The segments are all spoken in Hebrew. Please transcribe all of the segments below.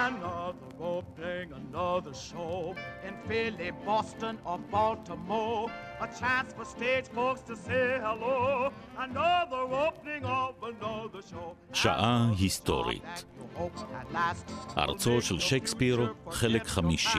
Another opening, another show in Philly, Boston, or Baltimore. A chance for stage folks to say hello. Another opening of another show. שעה היסטורית. ארצו של שייקספיר, חלק חמישי.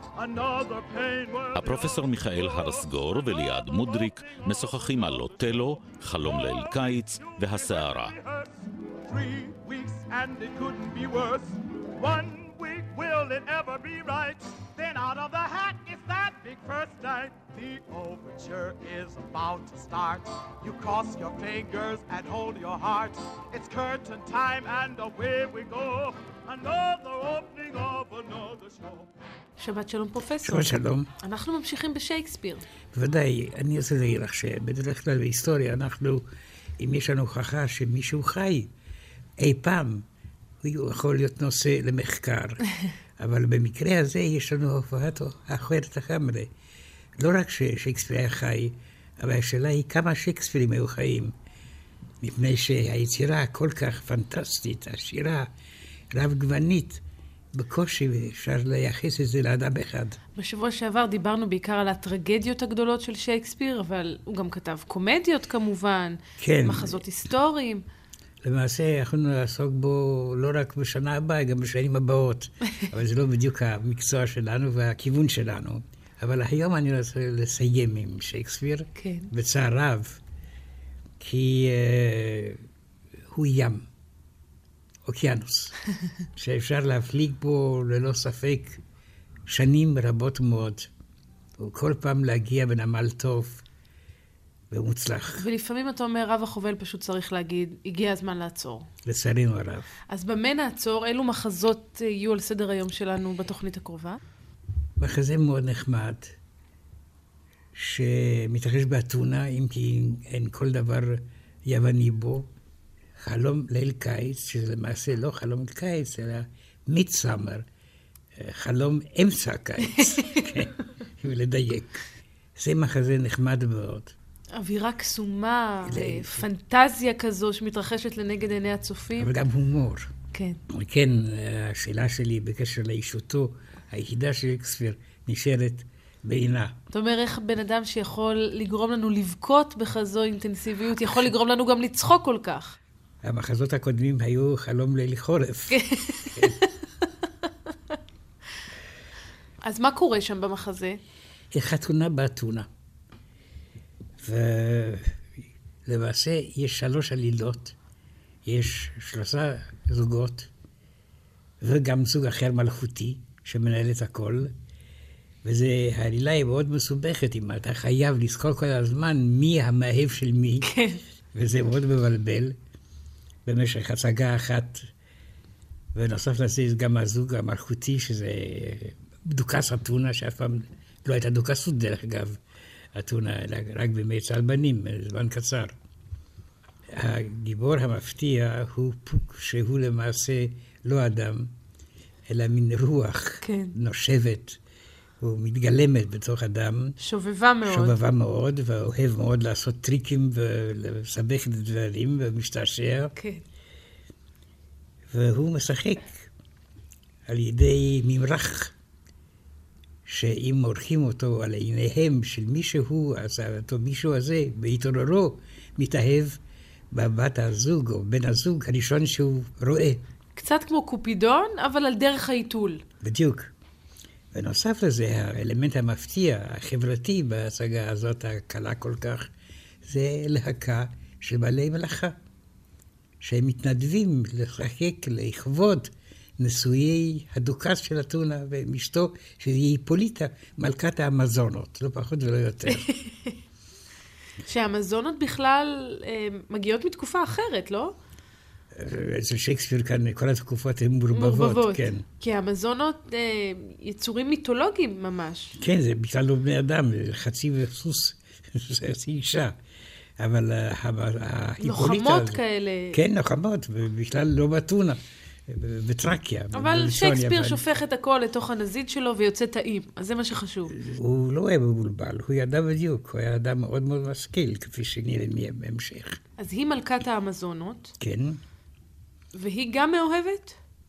הפרופסור מיכאל הרסגור וליעד מודריק משוחחים על אוטלו, חלום ליל קיץ והסערה. 3 weeks and it couldn't be worse. 1 week, will it ever be right? Then out of the hat is that big first night. The overture is about to start. You cross your fingers and hold your heart. It's curtain time and away we go. Another opening of another show. שבת שלום פרופסור. שבת שלום. אנחנו ממשיכים בשייקספיר. בוודאי, אני רוצה להגיד לך שבדרך כלל בהיסטוריה אנחנו, אם יש לנו הוכחה שמישהו חי אי פעם, הוא יכול להיות נושא למחקר. אבל במקרה הזה יש לנו הופעת אחרת לגמרי. לא רק ששייקספיר היה חי, אבל השאלה היא כמה שייקספירים היו חיים. מפני שהיצירה כל כך פנטסטית, עשירה, רב גוונית, בקושי אפשר לייחס את זה לאדם אחד. בשבוע שעבר דיברנו בעיקר על הטרגדיות הגדולות של שייקספיר, אבל הוא גם כתב קומדיות כמובן, כן. מחזות היסטוריים. למעשה יכולנו לעסוק בו לא רק בשנה הבאה, גם בשנים הבאות. אבל זה לא בדיוק המקצוע שלנו והכיוון שלנו. אבל היום אני רוצה לסיים עם שייקספיר, כן. בצער רב, כי הוא ים, אוקיינוס, שאפשר להפליג בו ללא ספק שנים רבות מאוד, וכל פעם להגיע בנמל טוב ומוצלח. ולפעמים אתה אומר, רב החובל פשוט צריך להגיד, הגיע הזמן לעצור. לצערנו הרב. אז במה נעצור? אילו מחזות יהיו על סדר היום שלנו בתוכנית הקרובה? מחזה מאוד נחמד, שמתרחש באתונה, אם כי אין כל דבר יווני בו. חלום ליל קיץ, שזה למעשה לא חלום ליל קיץ, אלא מידסאמר, חלום אמצע הקיץ, כן, ולדייק. זה מחזה נחמד מאוד. אווירה קסומה, פנטזיה כזו שמתרחשת לנגד עיני הצופים. אבל גם הומור. כן. כן, השאלה שלי בקשר לאישותו, היחידה של שייקספיר נשארת בעינה. זאת אומרת, איך בן אדם שיכול לגרום לנו לבכות בכזו אינטנסיביות, יכול לגרום לנו גם לצחוק כל כך. המחזות הקודמים היו חלום ליל חורף. אז מה קורה שם במחזה? היא חתונה באתונה. ולמעשה יש 3 עלילות, יש 3 זוגות, וגם זוג אחר מלכותי שמנהל את הכל, העלילה היא מאוד מסובכת, אם אתה חייב לזכור כל הזמן מי המאהב של מי, וזה מאוד מבלבל במשך הצגה אחת, ונוסף לזה גם הזוג המלכותי, שזה דוכס אתונה, שאף פעם לא הייתה דוכסות דרך אגב, אתונה, אלא רק בימי צלבנים, זמן קצר. הגיבור המפתיע הוא פוק, שהוא למעשה לא אדם, אלא מין רוח נושבת, הוא מתגלמת בתוך אדם. שובבה מאוד. שובבה מאוד, ואוהב מאוד לעשות טריקים ולסבך את הדברים, ומשתעשע. כן. והוא משחק על ידי ממרח, שאם מורחים אותו על עיניהם של מישהו, אז אותו מישהו הזה, בהתעוררו, מתאהב בבת הזוג או בן הזוג הראשון שהוא רואה. קצת כמו קופידון, אבל על דרך העיתול. בדיוק. ונוסף לזה, האלמנט המפתיע, החברתי בהצגה הזאת, הקלה כל כך, זה להקה של בעלי מלאכה, שהם מתנדבים לשחק לכבוד נשואי הדוכס של אתונה ומשתו, שהיא היפוליטה, מלכת האמזונות, לא פחות ולא יותר. שהאמזונות בכלל מגיעות מתקופה אחרת, לא? אצל שייקספיר כאן כל התקופות הן מורבבות, כן. כי האמזונות יצורים מיתולוגיים ממש. כן, זה בכלל לא בני אדם, חצי וסוס, זה חצי אישה. אבל ההיפוליטה... לוחמות כאלה. כן, לוחמות, בכלל לא באתונה, בטרקיה. אבל שייקספיר שופך את הכל לתוך הנזיד שלו ויוצא טעים, אז זה מה שחשוב. הוא לא היה מבולבל, הוא ידע בדיוק, הוא היה אדם מאוד מאוד משכיל, כפי שנראה בהמשך. אז היא מלכת האמזונות. כן. והיא גם מאוהבת?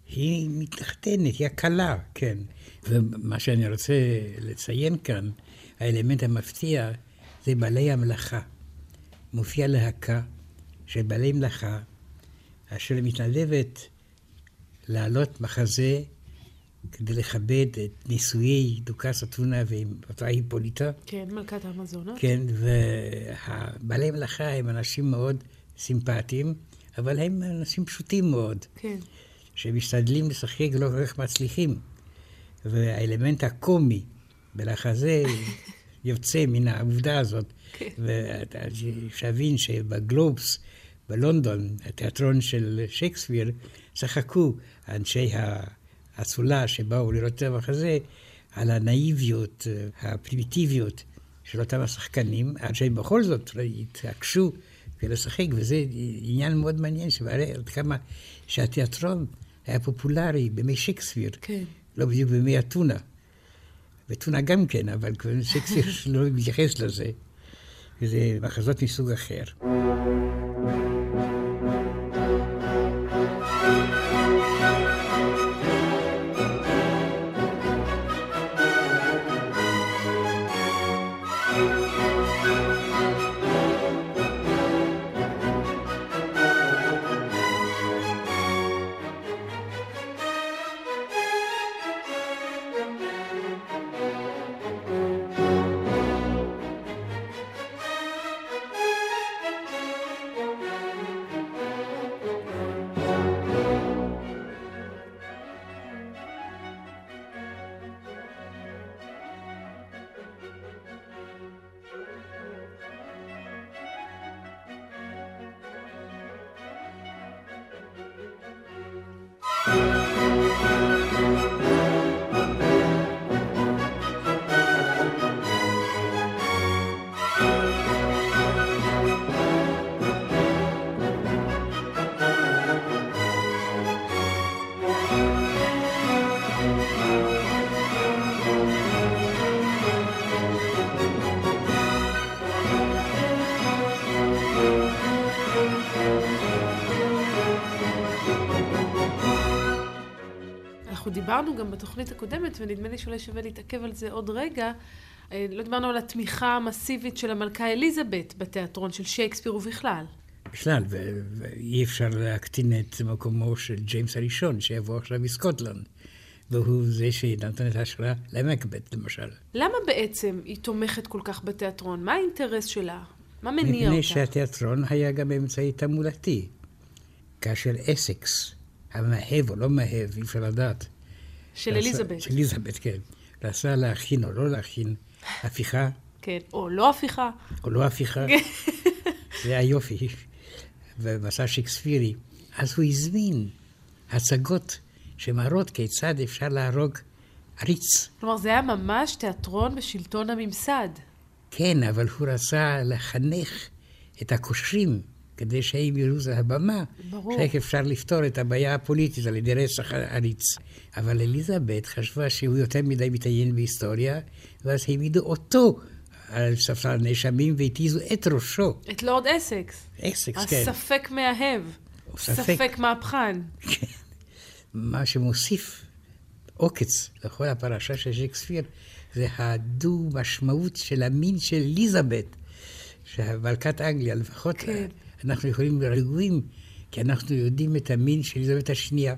היא מתחתנת, היא הקלה, כן. ומה שאני רוצה לציין כאן, האלמנט המפתיע, זה בעלי המלאכה. מופיע להקה של בעלי מלאכה, אשר מתנדבת לעלות מחזה כדי לכבד את נישואי דוכס אתונה ואותה היפוליטה. כן, מלכת האמזונות. כן, והבעלי מלאכה הם אנשים מאוד סימפטיים, אבל הם אנשים פשוטים מאוד. כן. שמשתדלים לשחק ולא כל כך מצליחים. והאלמנט הקומי בלחזה יוצא מן העובדה הזאת. ושאבין שבגלובס, בלונדון, התיאטרון של שייקספיר, צחקו אנשי האצולה שבאו לראות את המחזה על הנאיביות, הפרימיטיביות של אותם השחקנים, עד שהם בכל זאת התעקשו ולשחק, וזה עניין מאוד מעניין, שמראה עד כמה שהתיאטרון היה פופולרי בימי שייקספיר, כן. לא בדיוק בימי אתונה. ואתונה גם כן, אבל שייקספיר לא מתייחס לזה. וזה מחזות מסוג אחר. דיברנו גם בתוכנית הקודמת, ונדמה לי שאולי שווה להתעכב על זה עוד רגע, לא דיברנו על התמיכה המסיבית של המלכה אליזבת בתיאטרון של שייקספיר ובכלל. בכלל, ואי אפשר להקטין את מקומו של ג'יימס הראשון, שיבוא עכשיו מסקוטלנד, והוא זה שנתן את ההשראה למקבט, למשל. למה בעצם היא תומכת כל כך בתיאטרון? מה האינטרס שלה? מה מניע אותה? מפני שהתיאטרון היה גם אמצעי תעמולתי. כאשר אסקס, המאהב או לא מאהב, אי אפשר לדעת. של אליזבת. של אליזבת, כן. רצה להכין או לא להכין הפיכה. כן, או לא הפיכה. או לא הפיכה. זה היופי. ובמסע שייקספירי. אז הוא הזמין הצגות שמראות כיצד אפשר להרוג עריץ. כלומר, זה היה ממש תיאטרון בשלטון הממסד. כן, אבל הוא רצה לחנך את הקושרים, כדי שהם יראו על הבמה, שאיך אפשר לפתור את הבעיה הפוליטית על ידי רצח עריץ. אבל אליזבת חשבה שהוא יותר מדי מתעניין בהיסטוריה, ואז העמידו אותו על ספסל הנאשמים והתיזו את ראשו. את לורד אסקס. אסקס, כן. הספק מאהב. ספק מהפכן. כן. מה שמוסיף עוקץ לכל הפרשה של שייקספיר, זה הדו משמעות של המין של אליזבת, שמלכת אנגליה, לפחות כן. אנחנו יכולים רגועים, כי אנחנו יודעים את המין של אליזבת השנייה.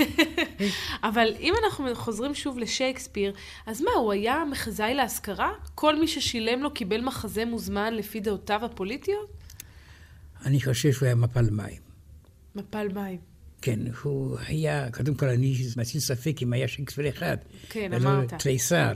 אבל אם אנחנו חוזרים שוב לשייקספיר, אז מה, הוא היה מחזאי להשכרה? כל מי ששילם לו קיבל מחזה מוזמן לפי דעותיו הפוליטיות? אני חושב שהוא היה מפל מים. מפל מים. כן, הוא היה, קודם כל אני מציל ספק אם היה שייקספיר אחד. כן, אמרת. תריסר.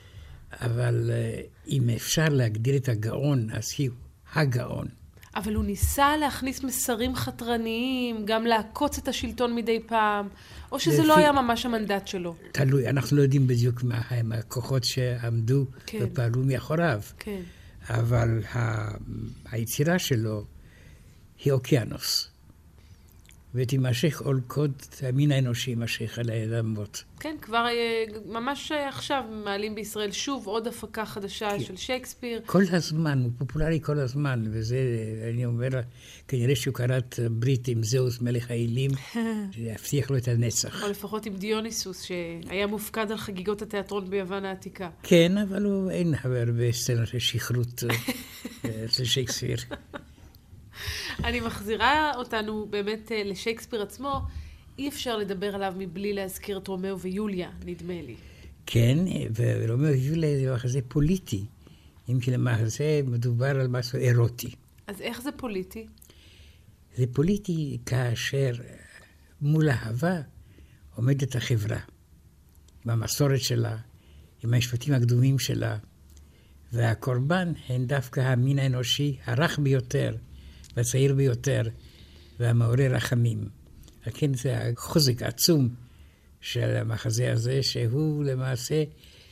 אבל אם אפשר להגדיר את הגאון, אז הוא הגאון. אבל הוא ניסה להכניס מסרים חתרניים, גם לעקוץ את השלטון מדי פעם, או שזה לא היה ממש המנדט שלו? תלוי, אנחנו לא יודעים בדיוק מה הם הכוחות שעמדו ופעלו מאחוריו. כן. אבל היצירה שלו היא אוקיינוס. ותימשך עוד קוד, המין האנושי יימשך על האדמות. כן, כבר ממש עכשיו מעלים בישראל שוב עוד הפקה חדשה של שייקספיר. כל הזמן, הוא פופולרי כל הזמן, וזה, אני אומר, כנראה שהוא קראת ברית עם זהוס מלך האלים, שיבטיח לו את הנצח. או לפחות עם דיוניסוס, שהיה מופקד על חגיגות התיאטרון ביוון העתיקה. כן, אבל הוא אין חבר בסצנה של שכרות של שייקספיר. אני מחזירה אותנו באמת לשייקספיר עצמו. אי אפשר לדבר עליו מבלי להזכיר את רומאו ויוליה, נדמה לי. כן, ורומאו ויוליה זה מחזה פוליטי, אם כי למעשה מדובר על משהו אירוטי. אז איך זה פוליטי? זה פוליטי כאשר מול האהבה עומדת החברה, עם המסורת שלה, עם המשפטים הקדומים שלה, והקורבן הן דווקא המין האנושי הרך ביותר, והצעיר ביותר, והמעורר רחמים. לכן זה החוזק העצום של המחזה הזה, שהוא למעשה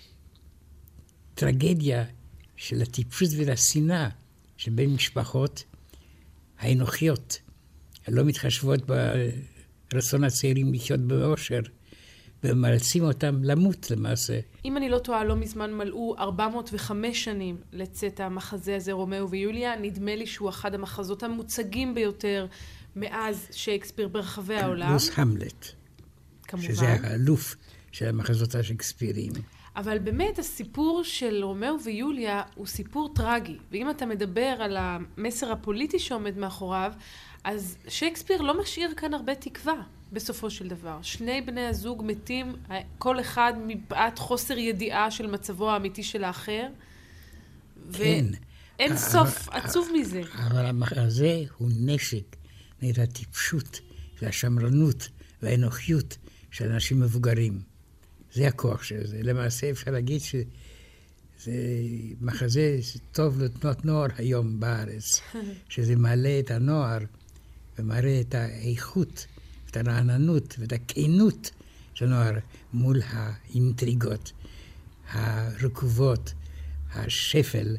טרגדיה של הטיפשות והשנאה שבין משפחות האנוכיות, הלא מתחשבות ברצון הצעירים לחיות באושר, ומאלצים אותם למות למעשה. אם אני לא טועה, לא מזמן מלאו 405 שנים לצאת המחזה הזה, רומאו ויוליה. נדמה לי שהוא אחד המחזות המוצגים ביותר מאז שייקספיר ברחבי העולם. פלוס המלט. כמובן. שזה האלוף של המחזות השייקספיריים. אבל באמת הסיפור של רומאו ויוליה הוא סיפור טרגי. ואם אתה מדבר על המסר הפוליטי שעומד מאחוריו, אז שייקספיר לא משאיר כאן הרבה תקווה. בסופו של דבר. שני בני הזוג מתים, כל אחד מפאת חוסר ידיעה של מצבו האמיתי של האחר. כן. ואין סוף עצוב מזה. אבל המחזה הוא נשק נגד הטיפשות והשמרנות והאנוכיות של אנשים מבוגרים. זה הכוח של זה. למעשה אפשר להגיד שזה מחזה טוב לתנועות נוער היום בארץ. שזה מעלה את הנוער ומראה את האיכות את הרעננות ואת הכנות של הנוער מול האינטריגות, הרקובות, השפל,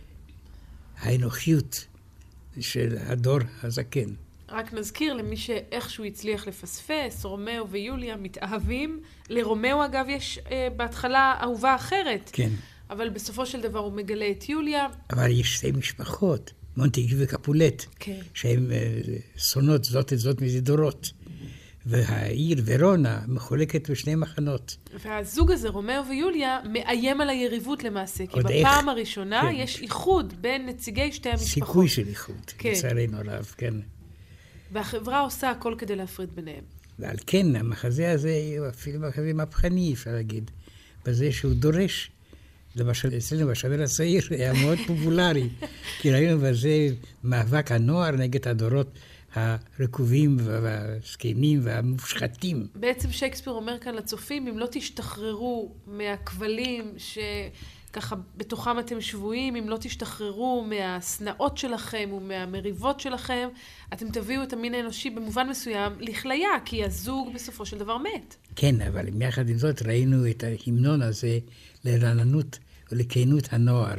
האנוכיות של הדור הזקן. רק נזכיר למי שאיכשהו הצליח לפספס, רומאו ויוליה מתאהבים. לרומאו אגב יש בהתחלה אהובה אחרת. כן. אבל בסופו של דבר הוא מגלה את יוליה. אבל יש שתי משפחות, מונטגו וקפולט, כן. שהן שונות זאת את זאת מזה דורות. והעיר ורונה מחולקת בשני מחנות. והזוג הזה, רומאו ויוליה, מאיים על היריבות למעשה. כי בפעם הראשונה כן. יש איחוד בין נציגי שתי המשפחות. סיכוי של איחוד, כן. לצערנו הרב, כן. והחברה עושה הכל כדי להפריד ביניהם. ועל כן, המחזה הזה הוא אפילו מחזה מהפכני, אפשר להגיד. בזה שהוא דורש, למשל, אצלנו בשומר הצעיר, היה מאוד פופולרי. כי ראינו בזה מאבק הנוער נגד הדורות הרקובים והזקנים והמושחתים. בעצם שייקספיר אומר כאן לצופים, אם לא תשתחררו מהכבלים שככה בתוכם אתם שבויים, אם לא תשתחררו מהסנאות שלכם ומהמריבות שלכם, אתם תביאו את המין האנושי במובן מסוים לכליה, כי הזוג בסופו של דבר מת. כן, אבל יחד עם זאת ראינו את ההמנון הזה לרעננות ולכנות הנוער.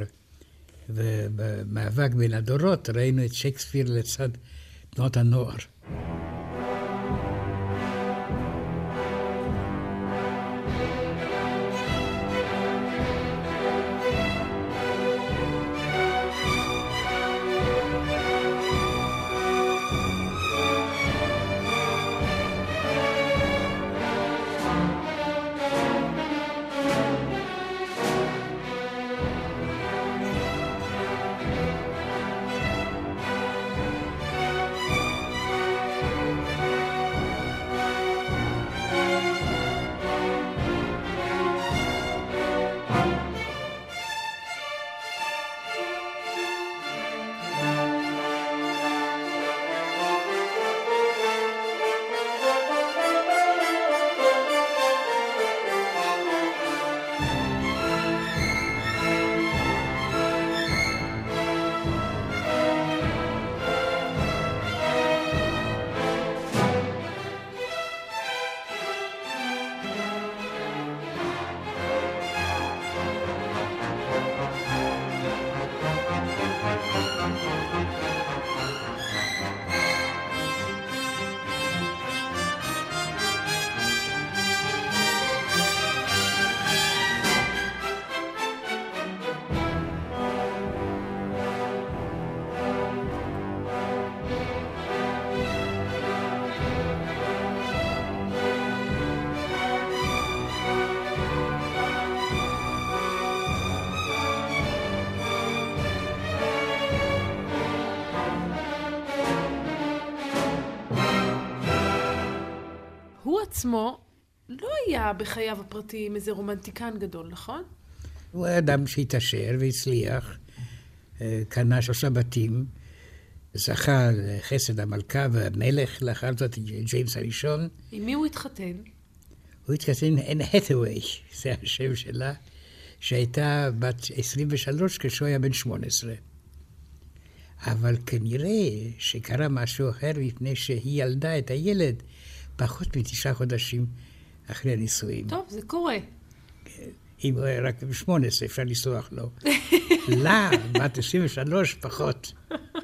ובמאבק בין הדורות ראינו את שייקספיר לצד תנועות הנוער. הוא עצמו לא היה בחייו הפרטיים איזה רומנטיקן גדול, נכון? הוא היה אדם שהתעשר והצליח, קנה 3 בתים, זכה לחסד המלכה והמלך, לאחר זאת ג'יימס הראשון. עם מי הוא התחתן? הוא התחתן עם האת'ווי, זה השם שלה, שהייתה בת 23 כשהוא היה בן 18. אבל כנראה שקרה משהו אחר מפני שהיא ילדה את הילד פחות מ9 חודשים אחרי הנישואים. טוב, זה קורה. אם הוא היה רק ב18, אפשר לסלוח לו. לה, בת 23 פחות.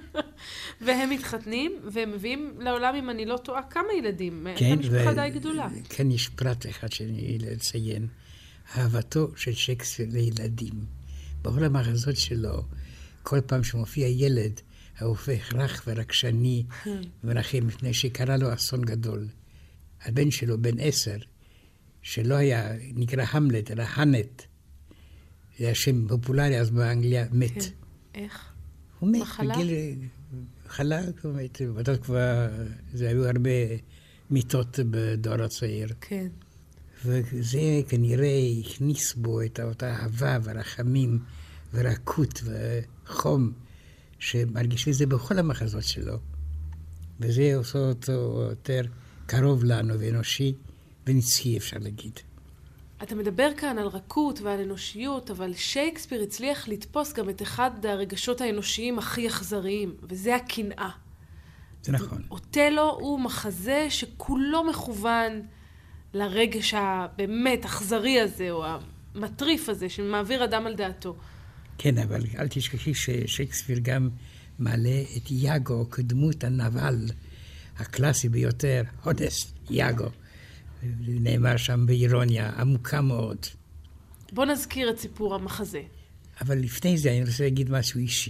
והם מתחתנים, והם מביאים לעולם, אם אני לא טועה, כמה ילדים. כן, משפחה די גדולה. כן, יש פרט אחד שאני לציין. אהבתו של שייקספיר לילדים. בכל המחזות שלו, כל פעם שמופיע ילד, הוא הופך רך ורגשני ומרחם, מפני שקרה לו אסון גדול. הבן שלו, בן 10, שלא היה נקרא המלט, אלא הנט, זה היה שם פופולרי אז באנגליה, מת. כן. איך? הוא מת. מחלה? מחלה, הוא מת. באותה תקופה, זה היו הרבה מיטות בדור הצעיר. כן. וזה כנראה הכניס בו את אותה אהבה ורחמים ורקות וחום, שמרגיש את זה בכל המחזות שלו. וזה עושה אותו יותר קרוב לנו ואנושי ונצחי, אפשר להגיד. אתה מדבר כאן על רכות ועל אנושיות, אבל שייקספיר הצליח לתפוס גם את אחד הרגשות האנושיים הכי אכזריים, וזה הקנאה. זה נכון. אוטלו הוא מחזה שכולו מכוון לרגש הבאמת אכזרי הזה, או המטריף הזה, שמעביר אדם על דעתו. כן, אבל אל תשכחי ששייקספיר גם מעלה את יאגו כדמות הנבל הקלאסי ביותר, הונסט יאגו. נאמר שם באירוניה עמוקה מאוד. בוא נזכיר את סיפור המחזה. אבל לפני זה אני רוצה להגיד משהו אישי.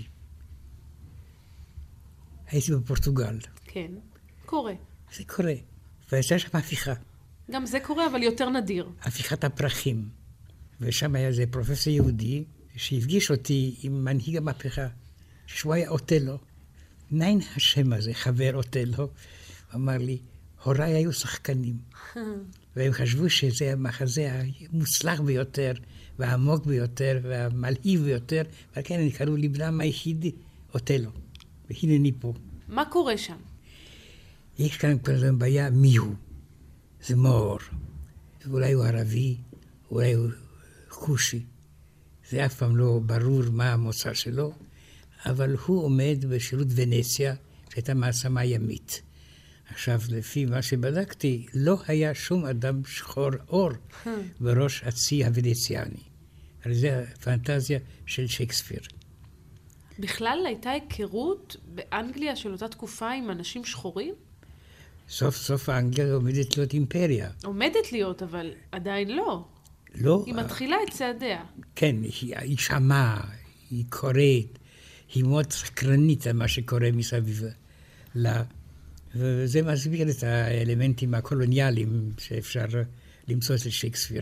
הייתי בפורטוגל. כן, קורה. זה קורה. והייתה שם הפיכה. גם זה קורה, אבל יותר נדיר. הפיכת הפרחים. ושם היה איזה פרופסור יהודי שהפגיש אותי עם מנהיג המהפכה, שהוא היה אוטלו. מניין השם הזה, חבר אוטלו, אמר לי, הוריי היו שחקנים. והם חשבו שזה המחזה המוצלח ביותר, והעמוק ביותר, והמלהיב ביותר, ועל כן הם קראו לי בנם היחידי, אוטלו. והנה אני פה. מה קורה שם? יש כאן כבר בעיה מיהו. זה מאור. אולי הוא ערבי, אולי הוא חושי. זה אף פעם לא ברור מה המוצא שלו, אבל הוא עומד בשירות ונציה, שהייתה מעצמה ימית. עכשיו, לפי מה שבדקתי, לא היה שום אדם שחור אור בראש הצי הוונציאני. אבל זו הפנטזיה של שייקספיר. בכלל הייתה היכרות באנגליה של אותה תקופה עם אנשים שחורים? סוף סוף האנגליה עומדת להיות אימפריה. עומדת להיות, אבל עדיין לא. לא. היא מתחילה את צעדיה. כן, היא שמעה, היא קוראת, היא מאוד סקרנית על מה שקורה מסביב לה. וזה מסביר את האלמנטים הקולוניאליים שאפשר למצוא אצל שייקספיר.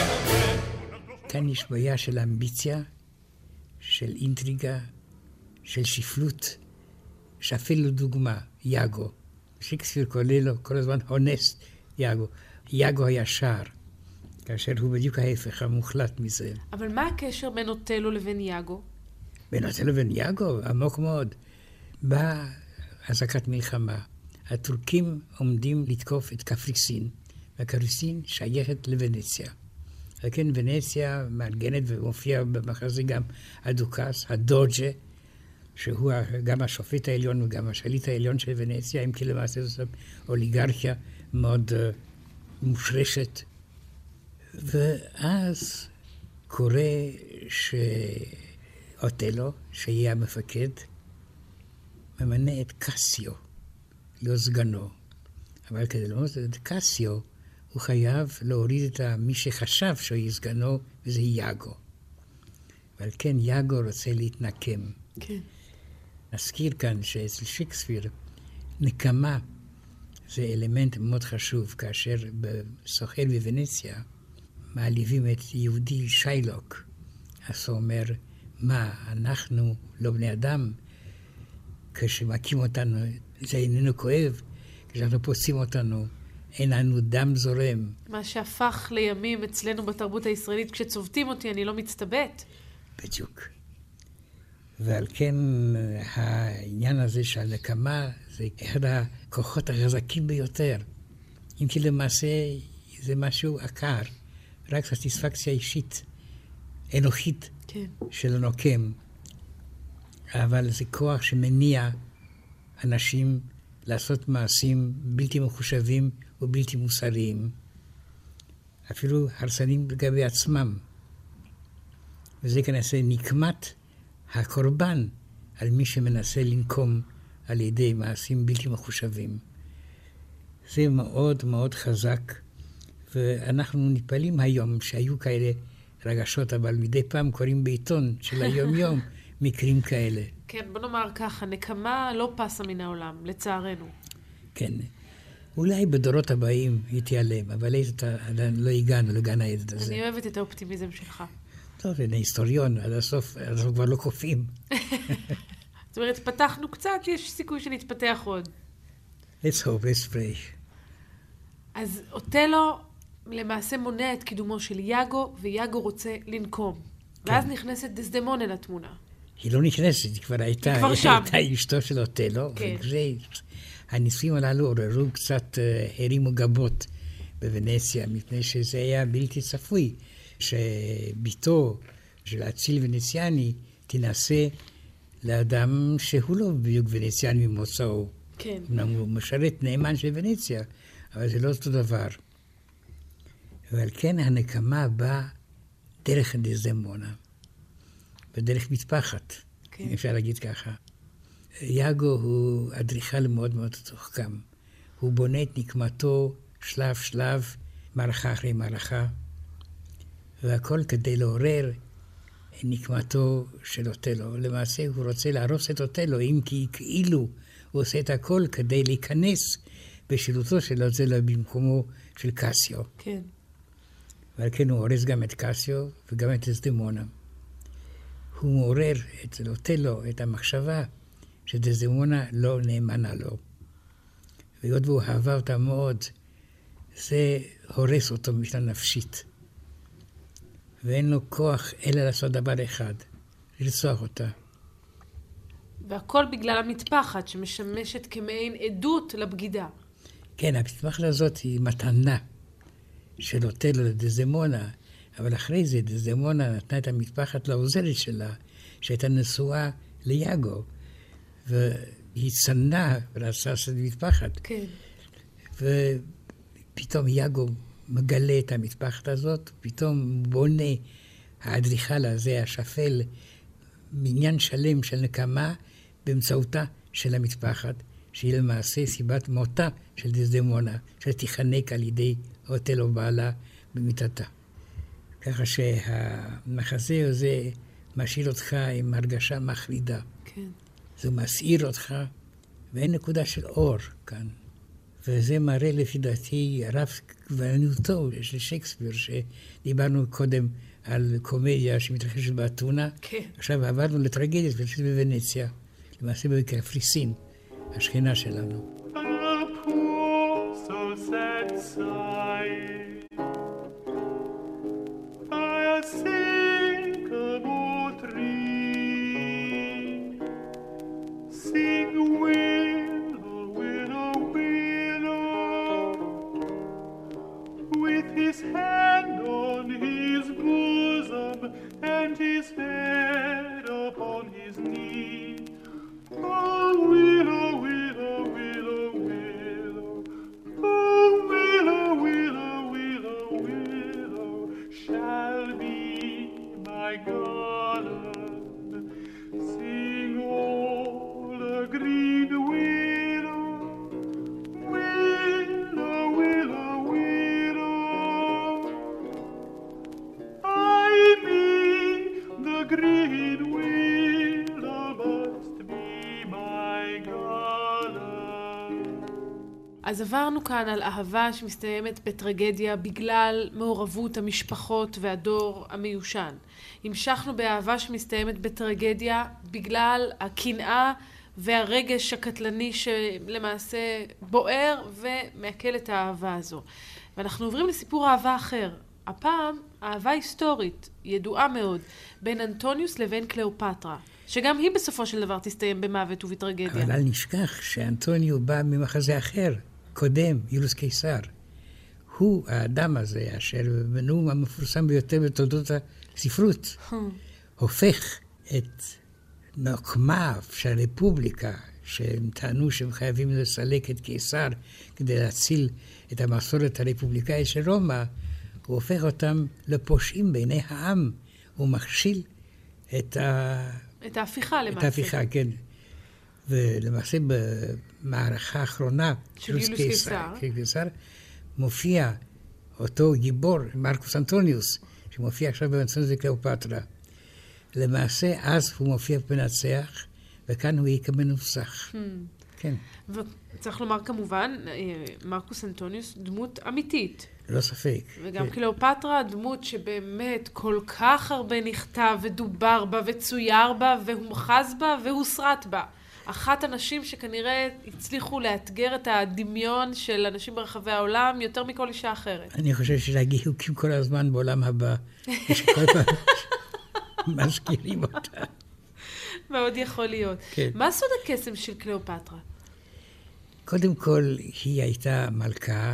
כאן יש בעיה של אמביציה, של אינטריגה, של שפלות, שאפילו דוגמה, יאגו. שייקספיר קורא לו כל הזמן הונסט יאגו. יאגו הישר, כאשר הוא בדיוק ההפך המוחלט מזה. אבל מה הקשר בין אוטלו לבין יאגו? בין אוטלו לבין יאגו, עמוק מאוד. באה אזעקת מלחמה. הטורקים עומדים לתקוף את קפריסין, והקפריסין שייכת לוונציה. וכן ונציה מארגנת ומופיע במחזה גם הדוכס, הדוג'ה, שהוא גם השופט העליון וגם השליט העליון של ונציה, אם כי למעשה זאת אוליגרכיה מאוד מושרשת. ואז קורה שאוטלו, שיהיה המפקד, ממנה את קסיו, לא סגנו. אבל כדי למנות את קסיו, הוא חייב להוריד את מי שחשב שהוא יהיה סגנו, וזה יאגו. אבל כן, יאגו רוצה להתנקם. כן. נזכיר כאן שאצל שייקספיר, נקמה זה אלמנט מאוד חשוב, כאשר בסוחר בוונציה מעליבים את יהודי שיילוק. אז הוא אומר, מה, אנחנו לא בני אדם? כשמכים אותנו, זה איננו כואב, כשאנחנו פוצעים אותנו, אין לנו דם זורם. מה שהפך לימים אצלנו בתרבות הישראלית, כשצובטים אותי אני לא מצטבט. בדיוק. ועל כן העניין הזה של הנקמה זה אחד הכוחות החזקים ביותר. אם כי למעשה זה משהו עקר, רק סטיספקציה אישית, אנוכית, כן. של הנוקם. אבל זה כוח שמניע אנשים לעשות מעשים בלתי מחושבים ובלתי מוסריים. אפילו הרסנים לגבי עצמם. וזה כנראה נקמת הקורבן על מי שמנסה לנקום על ידי מעשים בלתי מחושבים. זה מאוד מאוד חזק, ואנחנו נתפלאים היום שהיו כאלה רגשות, אבל מדי פעם קוראים בעיתון של היום-יום מקרים כאלה. כן, בוא נאמר ככה, נקמה לא פסה מן העולם, לצערנו. כן. אולי בדורות הבאים היא תיעלם, אבל עדיין לא הגענו לגן העדות הזה. אני אוהבת את האופטימיזם שלך. טוב, הנה היסטוריון, עד הסוף אנחנו כבר לא קופאים. זאת אומרת, פתחנו קצת, יש סיכוי שנתפתח עוד. Let's hope, let's pray. אז אוטלו למעשה מונע את קידומו של יאגו, ויאגו רוצה לנקום. כן. ואז נכנסת דסדמונה לתמונה. היא לא נכנסת, היא כבר הייתה, הייתה אשתו של אוטלו. כן. הניסויים הללו עוררו קצת הרימו גבות בוונציה, מפני שזה היה בלתי צפוי, שביתו של האציל ונציאני תנסה לאדם שהוא לא בדיוק ונציאני ממוצאו. כן. הוא משרת נאמן של ונציה, אבל זה לא אותו דבר. ועל כן הנקמה באה דרך דסדמונה, בדרך מטפחת, כן. אפשר להגיד ככה. יאגו הוא אדריכל מאוד מאוד תוחכם. הוא בונה את נקמתו שלב שלב, מערכה אחרי מערכה, והכל כדי לעורר נקמתו של אוטלו. למעשה הוא רוצה להרוס את אוטלו, אם כי כאילו הוא עושה את הכל כדי להיכנס בשילותו של אוטלו במקומו של קסיו. כן. ועל כן הוא הורס גם את קסיו וגם את דסדמונה. הוא מעורר אצל אוטלו את המחשבה שדסדמונה לא נאמנה לו. והיות והוא אהבה אותה מאוד, זה הורס אותו משנה נפשית. ואין לו כוח אלא לעשות דבר אחד, לרצוח אותה. והכל בגלל המטפחת שמשמשת כמעין עדות לבגידה. כן, המטפחת הזאת היא מתנה של אוטלו לדסדמונה, אבל אחרי זה דסדמונה נתנה את המטפחת לעוזרת שלה, שהייתה נשואה ליאגו, והיא צנעה ורצה לעשות מטפחת. כן. ופתאום יאגו מגלה את המטפחת הזאת, פתאום בונה האדריכל הזה, השפל, מניין שלם של נקמה באמצעותה של המטפחת, שהיא למעשה סיבת מותה של דסדמונה, שתיחנק על ידי אוטלו בעלה במיטתה. ככה שהמחזה הזה משאיר אותך עם הרגשה מחרידה. כן. זה מסעיר אותך, ואין נקודה של אור כאן. וזה מראה לפי דעתי רב כוונותו של שייקספיר, שדיברנו קודם על קומדיה שמתרחשת באתונה. כן. עכשיו עברנו לטרגדיה שמתרחשת בוונציה. למעשה בקפריסין, השכנה שלנו. אז עברנו כאן על אהבה שמסתיימת בטרגדיה בגלל מעורבות המשפחות והדור המיושן. המשכנו באהבה שמסתיימת בטרגדיה בגלל הקנאה והרגש הקטלני שלמעשה בוער ומעכל את האהבה הזו. ואנחנו עוברים לסיפור אהבה אחר. הפעם אהבה היסטורית, ידועה מאוד, בין אנטוניוס לבין קליאופטרה, שגם היא בסופו של דבר תסתיים במוות ובטרגדיה. אבל אל נשכח שאנטוניו בא ממחזה אחר. קודם, יוליוס קיסר. הוא האדם הזה, אשר בנאום המפורסם ביותר בתולדות הספרות, הופך את נוקמיו של הרפובליקה, שהם טענו שהם חייבים לסלק את קיסר כדי להציל את המסורת הרפובליקאית של רומא, הוא הופך אותם לפושעים בעיני העם. הוא מכשיל את ההפיכה למעשה. את ההפיכה, כן. ולמעשה במערכה האחרונה של יוליוס קיסר מופיע אותו גיבור, מרקוס אנטוניוס, שמופיע עכשיו באנטוניוס וקליאופטרה. למעשה אז הוא מופיע מנצח, וכאן הוא יהיה כמנוצח. כן. וצריך לומר כמובן, מרקוס אנטוניוס דמות אמיתית. לא ספק. וגם קליאופטרה דמות שבאמת כל כך הרבה נכתב ודובר בה וצויר בה והומחז בה והוסרט בה. אחת הנשים שכנראה הצליחו לאתגר את הדמיון של אנשים ברחבי העולם יותר מכל אישה אחרת. אני חושב שלהגיעוקים כל הזמן בעולם הבא, שכל פעם מזכירים אותה. מאוד יכול להיות. כן. מה סוד הקסם של קליאופטרה? קודם כל, היא הייתה מלכה,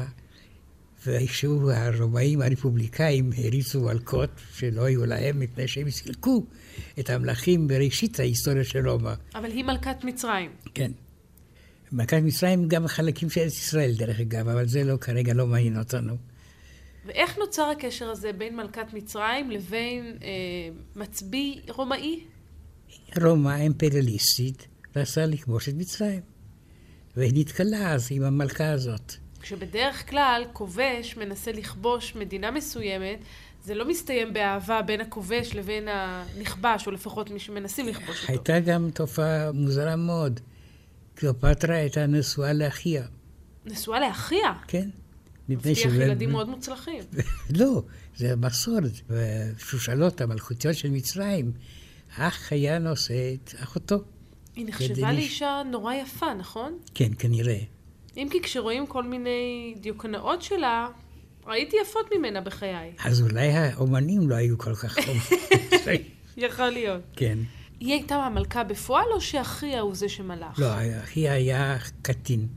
ואיכשהו הרומאים הרפובליקאים הריצו מלכות שלא היו להם, מפני שהם סילקו את המלכים בראשית ההיסטוריה של רומא. אבל היא מלכת מצרים. כן. מלכת מצרים גם חלקים של ארץ ישראל, דרך אגב, אבל זה לא, כרגע לא מעניין אותנו. ואיך נוצר הקשר הזה בין מלכת מצרים לבין מצביא רומאי? רומא האימפריאליסטית רצה לכבוש את מצרים, והיא נתקלה אז עם המלכה הזאת. כשבדרך כלל כובש מנסה לכבוש מדינה מסוימת, זה לא מסתיים באהבה בין הכובש לבין הנכבש, או לפחות מי שמנסים לכבוש אותו. הייתה גם תופעה מוזרה מאוד. קליאופטרה הייתה נשואה לאחיה. נשואה לאחיה? כן. מבטיח ילדים מאוד מוצלחים. לא, זה מסורת. בשושלות המלכותיות של מצרים, אח היה נושא את אחותו. היא נחשבה לאישה נורא יפה, נכון? כן, כנראה. אם כי כשרואים כל מיני דיוקנאות שלה, ראיתי יפות ממנה בחיי. אז אולי האומנים לא היו כל כך אומנים. יכול להיות. כן. היא הייתה המלכה בפועל או שאחיה הוא זה שמלך? לא, אחיה היה קטין.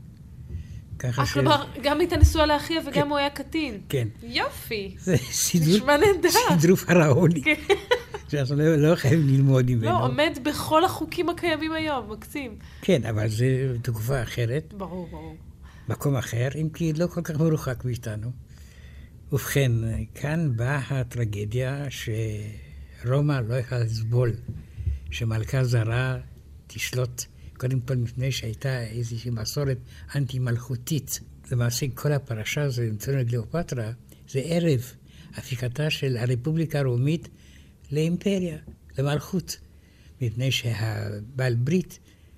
כלומר, גם הייתה נשואה לאחיה וגם הוא היה קטין. כן. יופי. זה נשמע נהדר. סידור פרעוני. שאנחנו לא חייבים ללמוד ממנו. לא, עומד בכל החוקים הקיימים היום, מקסים. כן, אבל זה תקופה אחרת. ברור, ברור. מקום אחר, אם כי לא כל כך מרוחק מאיתנו. ובכן, כאן באה הטרגדיה שרומא לא יכולה לסבול, שמלכה זרה תשלוט, קודם כל מפני שהייתה איזושהי מסורת אנטי-מלכותית. למעשה כל הפרשה הזו, אנטוניוס וקליאופטרה, זה ערב הפיכתה של הרפובליקה הרומית לאימפריה, למלכות. מפני שהבעל ברית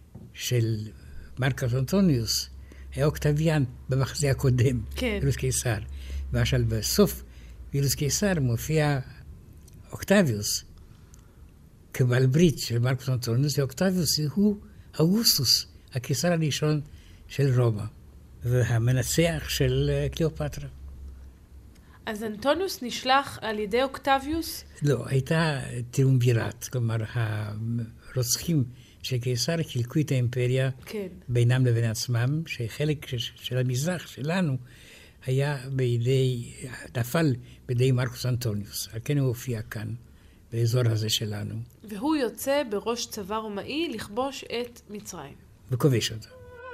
של מרקוס אנטוניוס היה אוקטביאן במחזה הקודם, יוליוס קיסר. למשל בסוף יוליוס קיסר מופיע אוקטביוס כבעל ברית של מרקוס אנטוניוס, ואוקטביוס הוא אוגוסטוס, הקיסר הראשון של רומא, והמנצח של קליאופטרה. אז אנטוניוס נשלח על ידי אוקטביוס? לא, הייתה טריומווירט, כלומר, הרוצחים של קיסר חילקו את האימפריה כן. בינם לבין עצמם, שחלק של המזרח שלנו היה נפל בידי מרקוס אנטוניוס. על כן הוא הופיע כאן, באזור הזה שלנו. והוא יוצא בראש צבא רומאי לכבוש את מצרים. וכובש אותה.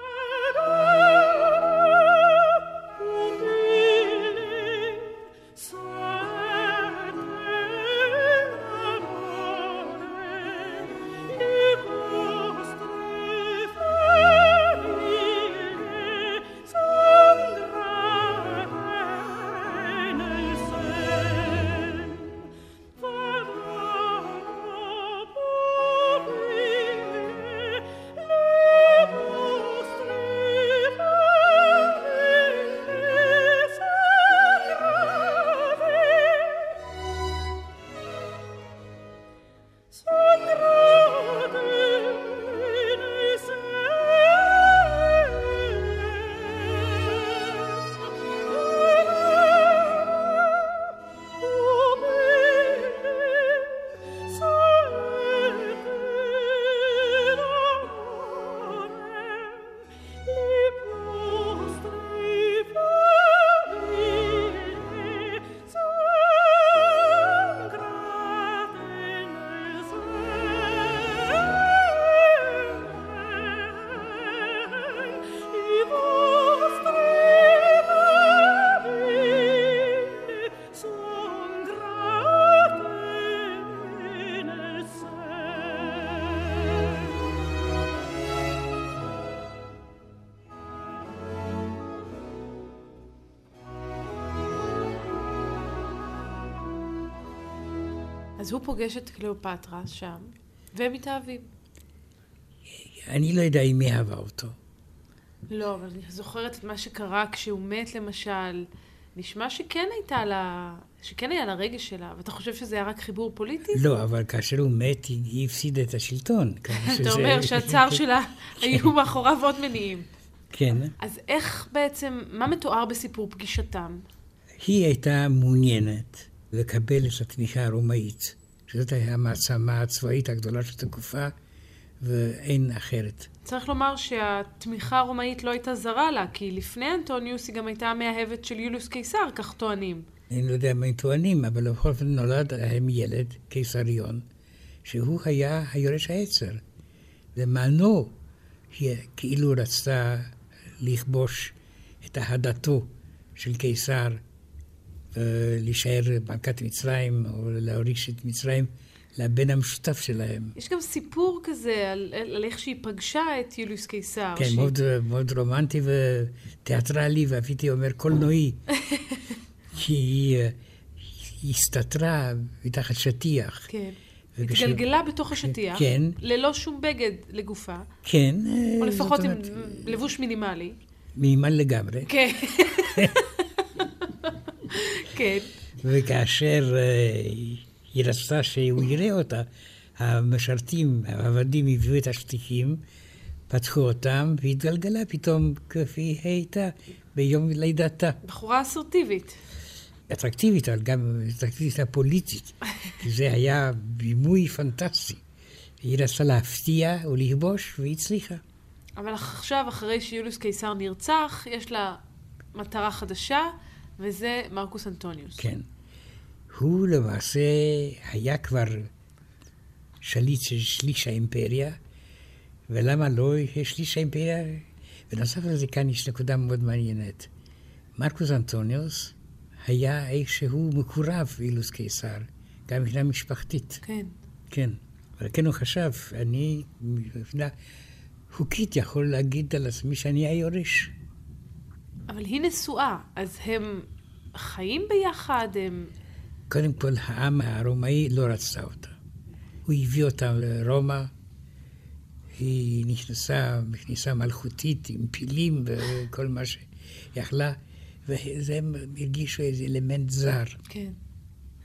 אז הוא פוגש את קליאופטרה שם, והם מתאהבים. אני לא יודע אם היא אהבה אותו. לא, אבל אני זוכרת את מה שקרה כשהוא מת למשל. נשמע שכן היה לה רגש שלה, ואתה חושב שזה היה רק חיבור פוליטי? לא, אבל כאשר הוא מת, היא הפסידה את השלטון. אתה אומר שהצער שלה היו מאחוריו עוד מניעים. כן. אז איך בעצם, מה מתואר בסיפור פגישתם? היא הייתה מעוניינת לקבל את התמיכה הרומאית, שזאת הייתה המעצמה הצבאית הגדולה של התקופה, ואין אחרת. צריך לומר שהתמיכה הרומאית לא הייתה זרה לה, כי לפני אנטוניוס היא גם הייתה מאהבת של יוליוס קיסר, כך טוענים. אני לא יודע מה הם טוענים, אבל בכל זאת נולד להם ילד, קיסריון, שהוא היה היורש העצר. למענו היא כאילו רצתה לכבוש את אהדתו של קיסר, ולהישאר מלכת מצרים, או להוריש את מצרים לבן המשותף שלהם. יש גם סיפור כזה על איך שהיא פגשה את יוליוס קיסר. כן, מאוד רומנטי ותיאטרלי, ואפילו אומר קולנועי. כי היא הסתתרה מתחת שטיח. כן. התגלגלה בתוך השטיח, כן. ללא שום בגד לגופה. כן. או לפחות עם לבוש מינימלי. מינימלי לגמרי. כן. כן. וכאשר היא רצתה שהוא יראה אותה, המשרתים, העבדים הביאו את השטיחים, פתחו אותם, והתגלגלה פתאום כפי הייתה ביום לידתה. בחורה אסרטיבית. אטרקטיבית, אבל גם אטרקטיבית הפוליטית. כי זה היה בימוי פנטסטי. היא רצתה להפתיע ולכבוש, והיא הצליחה. אבל עכשיו, אחרי שיוליוס קיסר נרצח, יש לה מטרה חדשה, וזה מרקוס אנטוניוס. כן. הוא למעשה היה כבר שליט של שליש האימפריה, ולמה לא שליש האימפריה? ונוסף על זה כאן יש נקודה מאוד מעניינת. מרקוס אנטוניוס היה איכשהו מקורב אילוס קיסר, גם מבחינה משפחתית. כן. כן. אבל כן הוא חשב, אני מבחינה חוקית יכול להגיד על עצמי שאני היורש. אבל היא נשואה, אז הם חיים ביחד, הם... קודם כל, העם הרומאי לא רצה אותה. הוא הביא אותה לרומא, היא נכנסה מלכותית עם פילים וכל מה שיכלה, והם הרגישו איזה אלמנט זר. כן.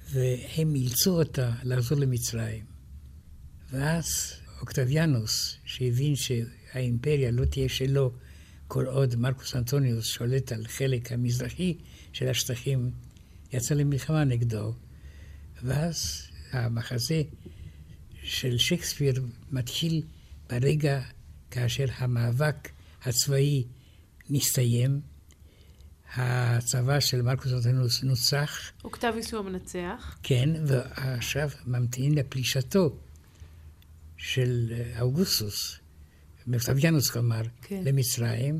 והם אילצו אותה לחזור למצרים. ואז אוקטביאנוס, שהבין שהאימפריה לא תהיה שלו כל עוד מרקוס אנטוניוס שולט על חלק המזרחי של השטחים, יצא למלחמה נגדו. ואז המחזה של שייקספיר מתחיל ברגע כאשר המאבק הצבאי מסתיים, הצבא של מרקוס אנטוניוס נוצח. אוקטביוס הוא המנצח. כן, ועכשיו ממתינים לפלישתו של אוגוסטוס, אוקטביאנוס כלומר, כן. למצרים,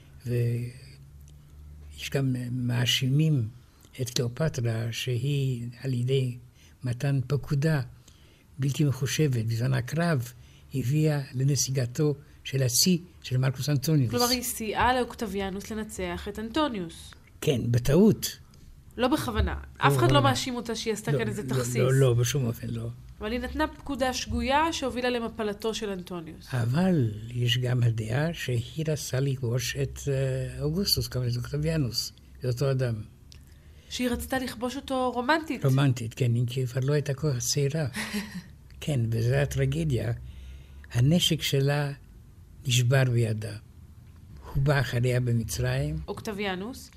ויש גם מאשימים את קליאופטרה שהיא על ידי מתן פקודה בלתי מחושבת בזמן הקרב, הביאה לנסיגתו של הצי של מרקוס אנטוניוס. כלומר, היא סייעה לאוקטביאנוס לנצח את אנטוניוס. כן, בטעות. לא בכוונה. אף אחד לא מאשים אותה שהיא עשתה כאן איזה תכסיס. לא, בשום אופן לא. אבל היא נתנה פקודה שגויה שהובילה למפלתו של אנטוניוס. אבל יש גם הדעה שהיא רצה לכבוש את אוגוסטוס, כמובן את אוקטביאנוס, את אותו אדם. שהיא רצתה לכבוש אותו רומנטית. רומנטית, כן, כי כבר לא הייתה כל כך צעירה. כן, וזו הטרגדיה. הנשק שלה נשבר בידה. הוא בא אחריה במצרים. אוקטביאנוס,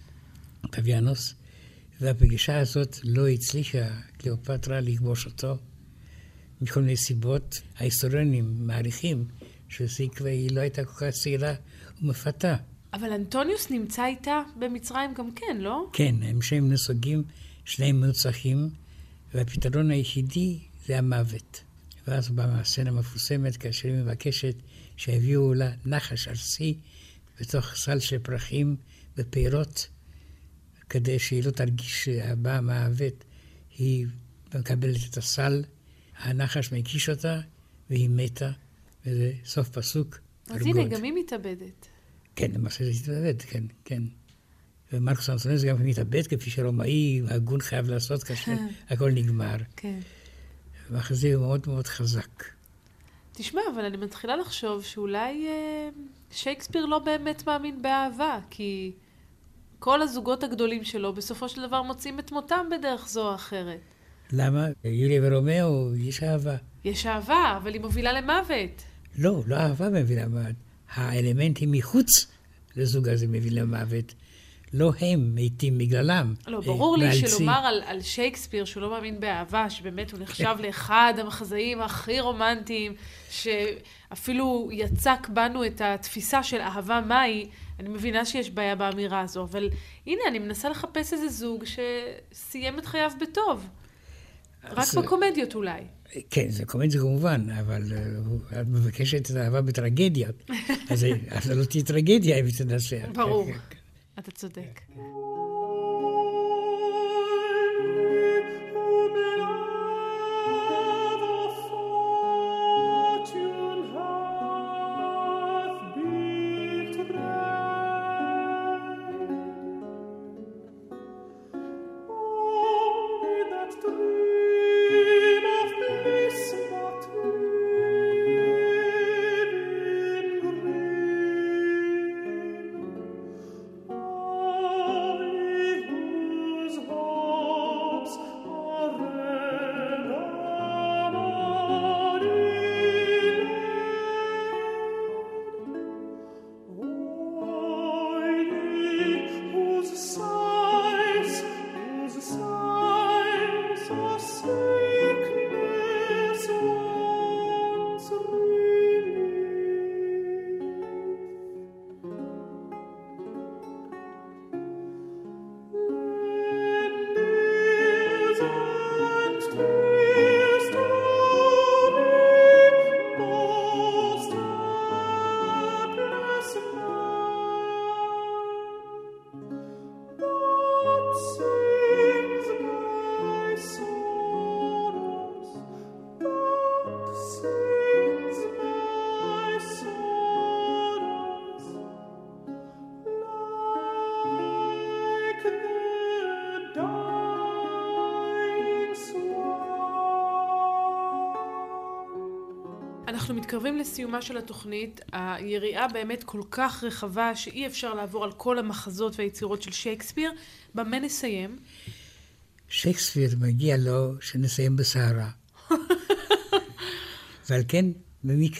והפגישה הזאת לא הצליחה קליאופטרה לכבוש אותו. מכל מיני סיבות, ההיסטוריונים מעריכים שסיקווה היא לא הייתה כל כך צעירה ומפתה. אבל אנטוניוס נמצא איתה במצרים גם כן, לא? כן, הם שהם נסוגים, שניהם מנוצחים, והפתרון היחידי זה המוות. ואז בסצנה מפורסמת, כאשר היא מבקשת שהביאו לה נחש ארסי בתוך סל של פרחים ופירות, כדי שהיא לא תרגיש שהבאה מהמוות, היא מקבלת את הסל, הנחש מקיש אותה, והיא מתה, וזה סוף פסוק. אז הנה, גם היא מתאבדת. כן, למעשה זה מתאבד, כן. ומרקוס אנטוניוס גם מתאבד, כפי שרומאי הגון חייב לעשות כאשר הכל נגמר. כן. והחזה הוא מאוד מאוד חזק. תשמע, אבל אני מתחילה לחשוב שאולי שייקספיר לא באמת מאמין באהבה, כי כל הזוגות הגדולים שלו בסופו של דבר מוצאים את מותם בדרך זו או אחרת. למה? יוליה ורומאו, יש אהבה. יש אהבה, אבל היא מובילה למוות. לא אהבה מובילה למוות. האלמנטים מחוץ לזוג הזה מביא למוות. לא הם מתים בגללם. לא, ברור לי שלומר על שייקספיר שהוא לא מאמין באהבה, שבאמת הוא נחשב לאחד המחזאים הכי רומנטיים, שאפילו יצק בנו את התפיסה של אהבה מהי, אני מבינה שיש בעיה באמירה הזו, אבל הנה, אני מנסה לחפש איזה זוג שסיים את חייו בטוב. רק בקומדיות אולי. כן, זה קומדיה כמובן, אבל את מבקשת את האהבה בטרגדיות, אז לא תהיה טרגדיה אם תנסה. ברור. אתה צודק. אנחנו מתקרבים לסיומה של התוכנית. היריעה באמת כל כך רחבה שאי אפשר לעבור על כל המחזות והיצירות של שייקספיר. במה נסיים? שייקספיר מגיע לו שנסיים בסערה. ועל כן, במקרה,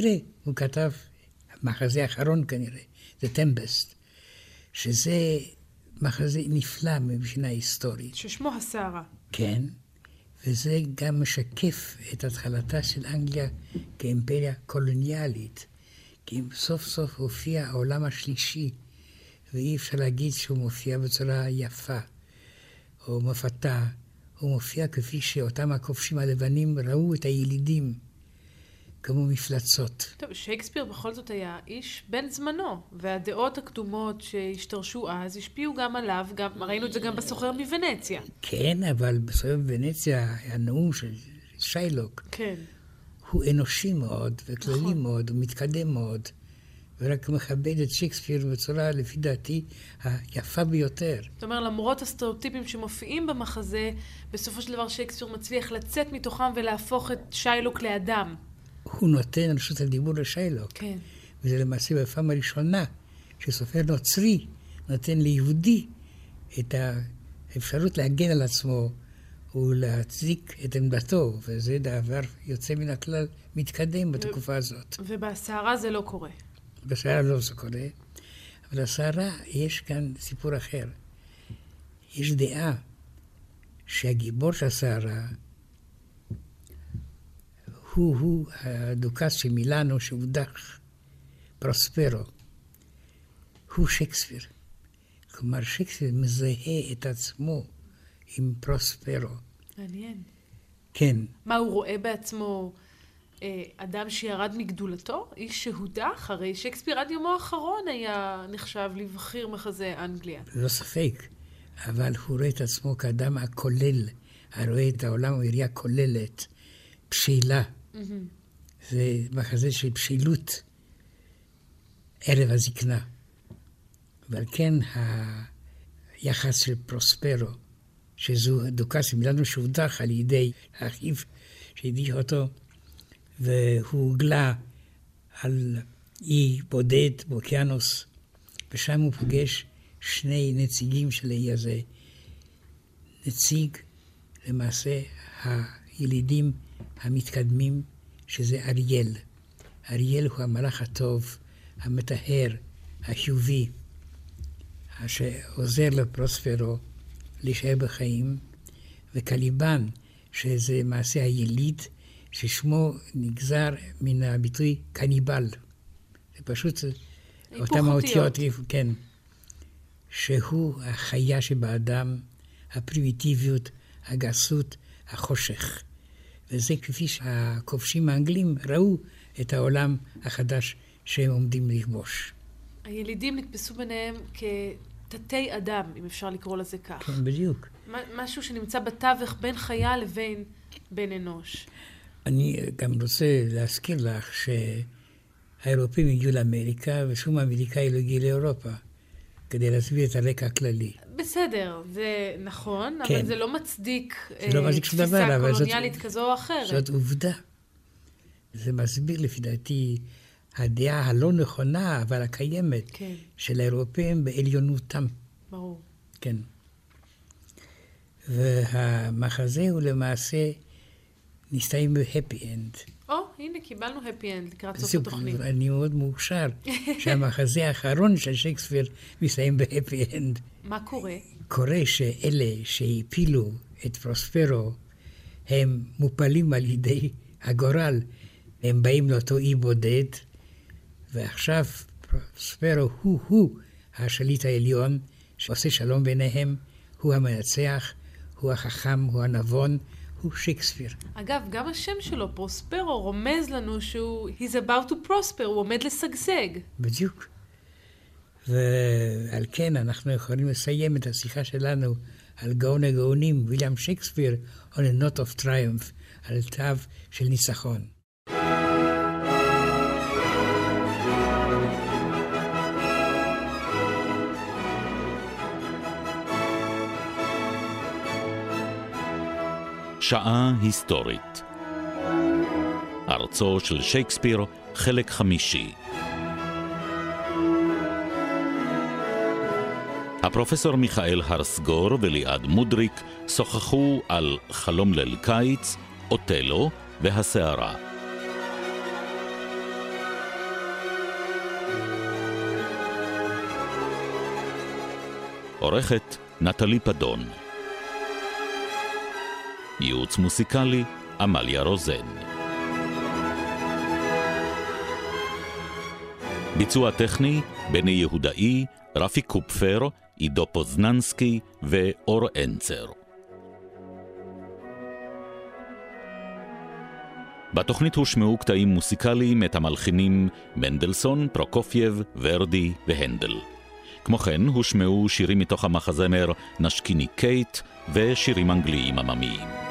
הוא כתב, המחזה האחרון כנראה, The Tempest, שזה מחזה נפלא מבחינה היסטורית. ששמו הסערה. כן, וזה גם משקף את התחלתה של אנגליה כאימפריה קולוניאלית, כי סוף סוף הופיע העולם השלישי, ואי אפשר להגיד שהוא מופיע בצורה יפה או מפתה, הוא מופיע כפי שאותם הכובשים הלבנים ראו את הילידים, כמו מפלצות. טוב, שייקספיר בכל זאת היה איש בן זמנו, והדעות הקדומות שהשתרשו אז השפיעו גם עליו, ראינו את זה גם בסוחר מוונציה. כן, אבל בסוחר מוונציה, הנאום של שיילוק, כן. הוא אנושי מאוד וכללי מאוד, הוא מתקדם מאוד, ורק מכבד את שייקספיר בצורה, לפי דעתי, היפה ביותר. זאת אומרת, למרות הסטריאוטיפים שמופיעים במחזה, בסופו של דבר שייקספיר מצליח לצאת מתוכם ולהפוך את שיילוק לאדם. הוא נותן רשות הדיבור לשיילוק. כן. וזה למעשה בפעם הראשונה שסופר נוצרי נותן ליהודי את האפשרות להגן על עצמו ולהצדיק את עמדתו, וזה דבר יוצא מן הכלל מתקדם בתקופה הזאת. ובסערה זה לא קורה. בסערה לא זה קורה, אבל בסערה יש כאן סיפור אחר. יש דעה שהגיבור של הסערה הוא הדוכס של מילאנו שהודח, פרוספרו. הוא שייקספיר. כלומר, שייקספיר מזהה את עצמו עם פרוספרו. מעניין. כן. מה, הוא רואה בעצמו אדם שירד מגדולתו? איש שהודח? הרי שייקספיר עד יומו האחרון היה נחשב לבחיר מחזה אנגליה. לא ספק, אבל הוא רואה את עצמו כאדם הכולל, הרואה את העולם בראייה כוללת, בשלה. זה מחזה של בשילות ערב הזקנה. ועל כן היחס של פרוספרו, שזו דוכס מילאנו שהודח על ידי האחיו שהדיח אותו, והוא הוגלה על אי בודד באוקיינוס, ושם הוא פוגש שני נציגים של האי הזה. נציג למעשה הילידים המתקדמים, שזה אריאל. אריאל הוא המלאך הטוב, המטהר, החיובי, שעוזר לפרוספרו להישאר בחיים, וקליבן, שזה מעשה היליד, ששמו נגזר מן הביטוי קניבל. זה פשוט אותם האותיות, כן, שהוא החיה שבאדם, הפרימיטיביות, הגסות, החושך. וזה כפי שהכובשים האנגלים ראו את העולם החדש שהם עומדים לכבוש. הילידים נתפסו ביניהם כתתי אדם, אם אפשר לקרוא לזה כך. כן, בדיוק. משהו שנמצא בתווך בין חיה לבין בן אנוש. אני גם רוצה להזכיר לך שהאירופאים הגיעו לאמריקה, ושום אמריקאי לא הגיע לאירופה, כדי להסביר את הרקע הכללי. בסדר, זה נכון, כן. אבל זה לא מצדיק תפיסה קולוניאלית כזו או אחרת. זאת עובדה. זה מסביר לפי דעתי הדעה הלא נכונה, אבל הקיימת, כן. של האירופאים בעליונותם. ברור. כן. והמחזה הוא למעשה נסתיים בהפי אנד. הנה, קיבלנו הפי אנד לקראת סוף התוכנית. אני מאוד מאושר שהמחזה האחרון של שייקספיר מסתיים בהפי אנד. מה קורה? קורה שאלה שהפילו את פרוספרו, הם מופלים על ידי הגורל. הם באים לאותו אי בודד, ועכשיו פרוספרו הוא השליט העליון, שעושה שלום ביניהם, הוא המנצח, הוא החכם, הוא הנבון, הוא שייקספיר. אגב, גם השם שלו, פרוספרו, רומז לנו שהוא he's about to prosper, הוא עומד לשגשג. בדיוק. ועל כן אנחנו יכולים לסיים את השיחה שלנו על גאון הגאונים, ויליאם שייקספיר, on a note of triumph, על תו של ניצחון. שעה היסטורית. ארצו של שייקספיר, חלק 5. הפרופסור מיכאל הרסגור וליעד מודריק שוחחו על חלום ליל קיץ, אוטלו והסערה. עורכת נטלי פדון. ייעוץ מוסיקלי אמליה רוזן. ביצוע טכני בני יהודאי, רפי קופפר, עידו פוזננסקי ואור אנצר. בתוכנית הושמעו קטעים מוסיקליים את המלחינים מנדלסון, פרוקופייב, ורדי והנדל. כמו כן הושמעו שירים מתוך המחזמר נשקיני קייט ושירים אנגליים עממיים.